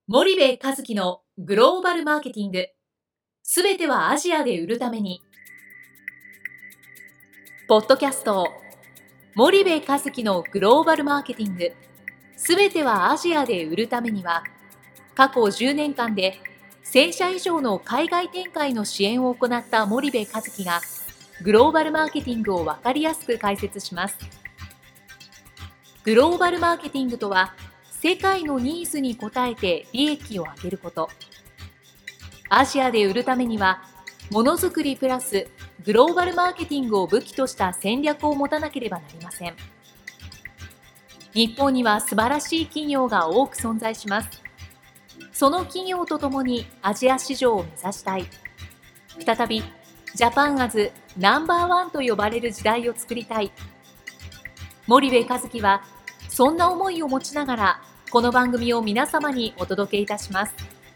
森部一樹のグローバルマーケティング。すべてはアジアで売るために。ポッドキャスト森部一樹のグローバルマーケティング。すべてはアジアで売るためには、過去10年間で1000社以上の海外展開の支援を行った森部一樹が、グローバルマーケティングを分かりやすく解説します。グローバルマーケティングとは、世界のニーズに応えて利益を上げること。アジアで売るためには、ものづくりプラスグローバルマーケティングを武器とした戦略を持たなければなりません。日本には素晴らしい企業が多く存在します。その企業とともにアジア市場を目指したい。再びジャパンアズナンバーワンと呼ばれる時代を作りたい。森部一樹はそんな思いを持ちながら、この番組を皆様にお届けいたします。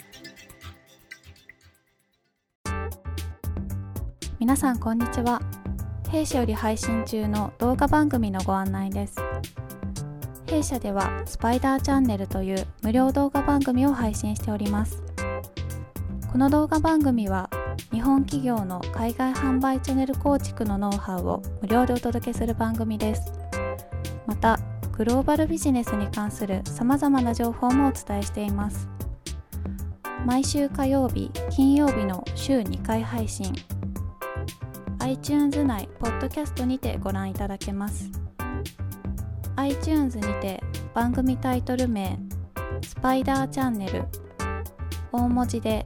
皆さんこんにちは。弊社より配信中の動画番組のご案内です。弊社ではスパイダーチャンネルという無料動画番組を配信しております。この動画番組は日本企業の海外販売チャンネル構築のノウハウを無料でお届けする番組です。またグローバルビジネスに関するさまざまな情報もお伝えしています。毎週火曜日、金曜日の週2回配信。iTunes 内ポッドキャストにてご覧いただけます。iTunes にて番組タイトル名スパイダーチャンネル、大文字で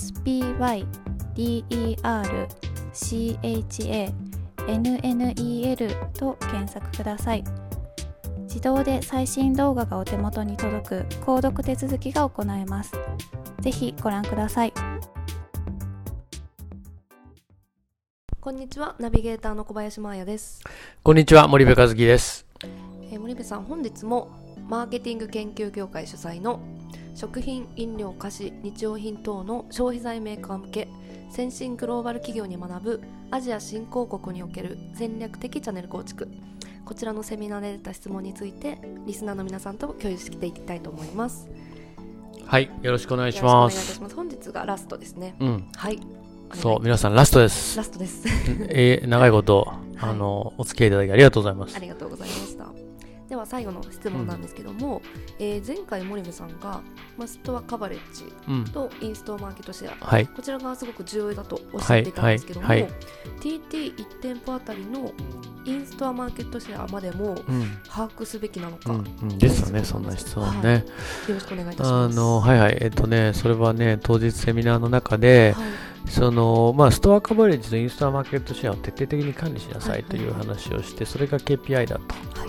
SPYDERCHANNEL と検索ください。自動で最新動画がお手元に届く購読手続きが行えます。ぜひご覧ください。 こんにちは、ナビゲーターの小林真彩です。 こんにちは、森部一樹です。 森部さん、本日もマーケティング研究業界主催の食品、飲料、菓子、日用品等の消費財メーカー向け先進グローバル企業に学ぶアジア新興国における戦略的チャンネル構築、こちらのセミナーで出た質問についてリスナーの皆さんと共有していきたいと思います。 はい、よろしくお願いします。 本日がラストですね。はい。 そう、皆さんラストです。 ラストです。 長いこと、はい、お付き合いいただきありがとうございます。 ありがとうございました。では最後の質問なんですけども、前回森部さんが、ストアカバレッジとインストアマーケットシェア、こちらがすごく重要だとおっしゃっていたんですけども、TT1 店舗あたりのインストアマーケットシェアまでも把握すべきなのか、 ですよね、そんな質問ね、 よろしくお願いいたします。 それはね、当日セミナーの中で、ストアカバレッジとインストアマーケットシェアを徹底的に管理しなさいという話をして、それが KPI だと、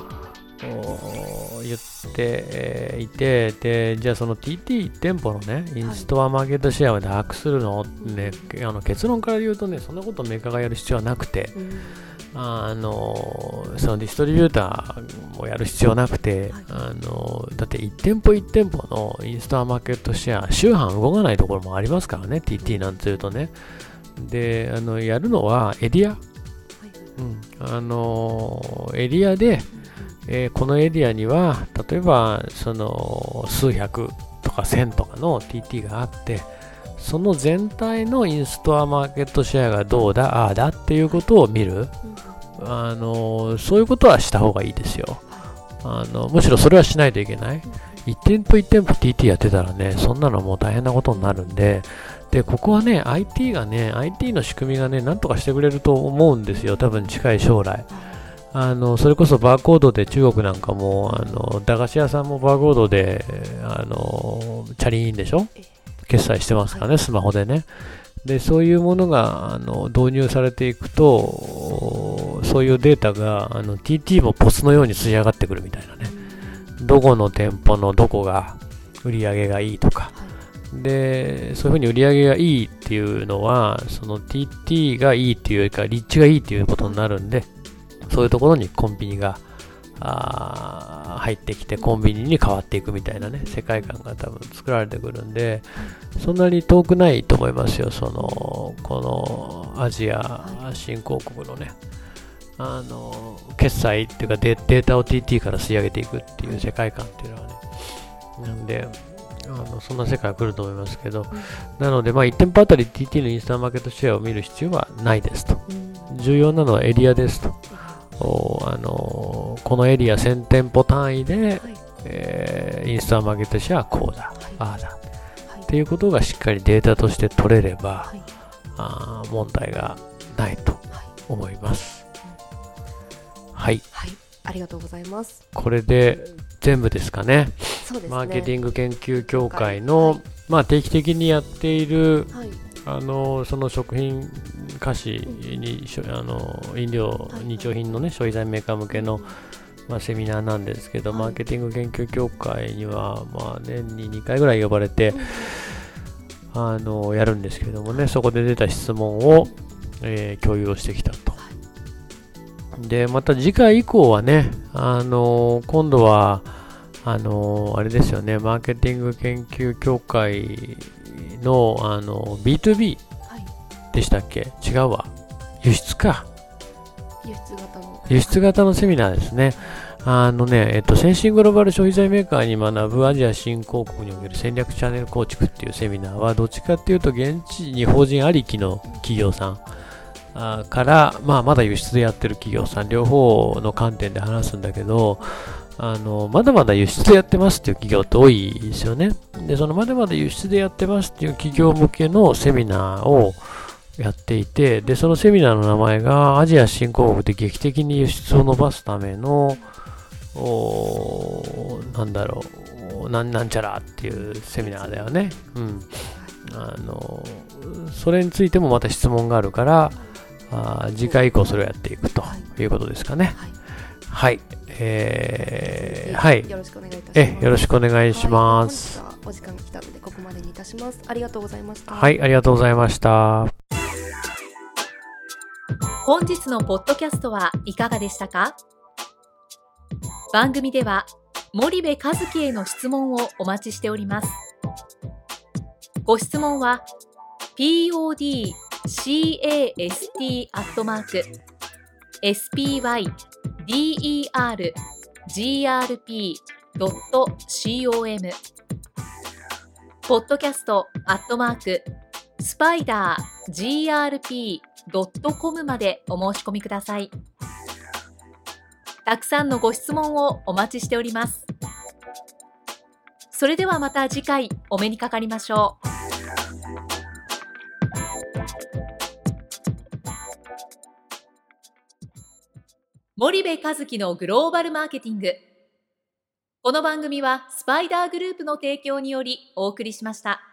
言っていて、でじゃあその TT1 店舗のねインストアマーケットシェアまで把握するのね、結論から言うとね、そんなことメーカーがやる必要はなくて、そのディストリビューターもやる必要なくて、だって1店舗1店舗のインストアマーケットシェア、週半動かないところもありますからね、TT なんていうとね。で、やるのはエリア、エリアで、このエリアには例えばその数百とか1000とかの TT があって、その全体のインストアマーケットシェアがどうだああだっていうことを見る、そういうことはした方がいいですよ。むしろそれはしないといけない。1店舗1店舗 TT やってたらね、そんなのもう大変なことになるんで、ここはね IT の仕組みがねなんとかしてくれると思うんですよ、多分近い将来。それこそバーコードで中国なんかも駄菓子屋さんもバーコードでチャリーンでしょ、決済してますからね、スマホでね。でそういうものが導入されていくと、そういうデータがTT もポスのように吸い上がってくるみたいなね、どこの店舗のどこが売り上げがいいとか、でそういうふうに売り上げがいいっていうのはその TT がいいっていうよりか立地がいいっていうことになるんで、そういうところにコンビニが入ってきてコンビニに変わっていくみたいなね、世界観が多分作られてくるんで、そんなに遠くないと思いますよ。このアジア新興国のね、決済っていうかデータを TT から吸い上げていくっていう世界観っていうのはね、なんでそんな世界が来ると思いますけど、なので、1店舗あたり TT のインスタマーケットシェアを見る必要はないですと。重要なのはエリアですと。このエリア1000店舗単位で、インスタマーケットシェアはこうだ、ああだ、っていうことがしっかりデータとして取れれば、問題がないと思います。はい。 ありがとうございます。 これで全部ですかね。 そうですね。 マーケティング研究協会の、定期的にやっている、その食品菓子に飲料、日用品のね、消費財メーカー向けの、セミナーなんですけど、マーケティング研究協会には、年に2回ぐらい呼ばれて、やるんですけれどもね、そこで出た質問を、共有をしてきたと。で、また次回以降はね、今度は、あれですよね、マーケティング研究協会の、B2B でしたっけ？違うわ。輸出か。輸出型のセミナーですね。先進グローバル消費財メーカーに学ぶアジア新興国における戦略チャンネル構築っていうセミナーは、どっちかっていうと現地に法人ありきの企業さんから、まだ輸出でやってる企業さん、両方の観点で話すんだけど、まだまだ輸出でやってますっていう企業って多いですよね。で、そのまだまだ輸出でやってますっていう企業向けのセミナーをやっていて、で、そのセミナーの名前がアジア新興国で劇的に輸出を伸ばすための、なんちゃらっていうセミナーだよね。それについてもまた質問があるから、次回以降それをやっていくということですかね。はい。 よろしくお願いいたします。 よろしくお願いします。 本日はお時間が来たのでここまでにいたします。ありがとうございました。 はい、ありがとうございました。 本日のポッドキャストはいかがでしたか？番組では森部一樹への質問をお待ちしております。ご質問は podcast@spydergrp.com podcast@spidergrp.com までお申し込みください。たくさんのご質問をお待ちしております。それではまた次回お目にかかりましょう。森部一樹のグローバルマーケティング。この番組はスパイダーグループの提供によりお送りしました。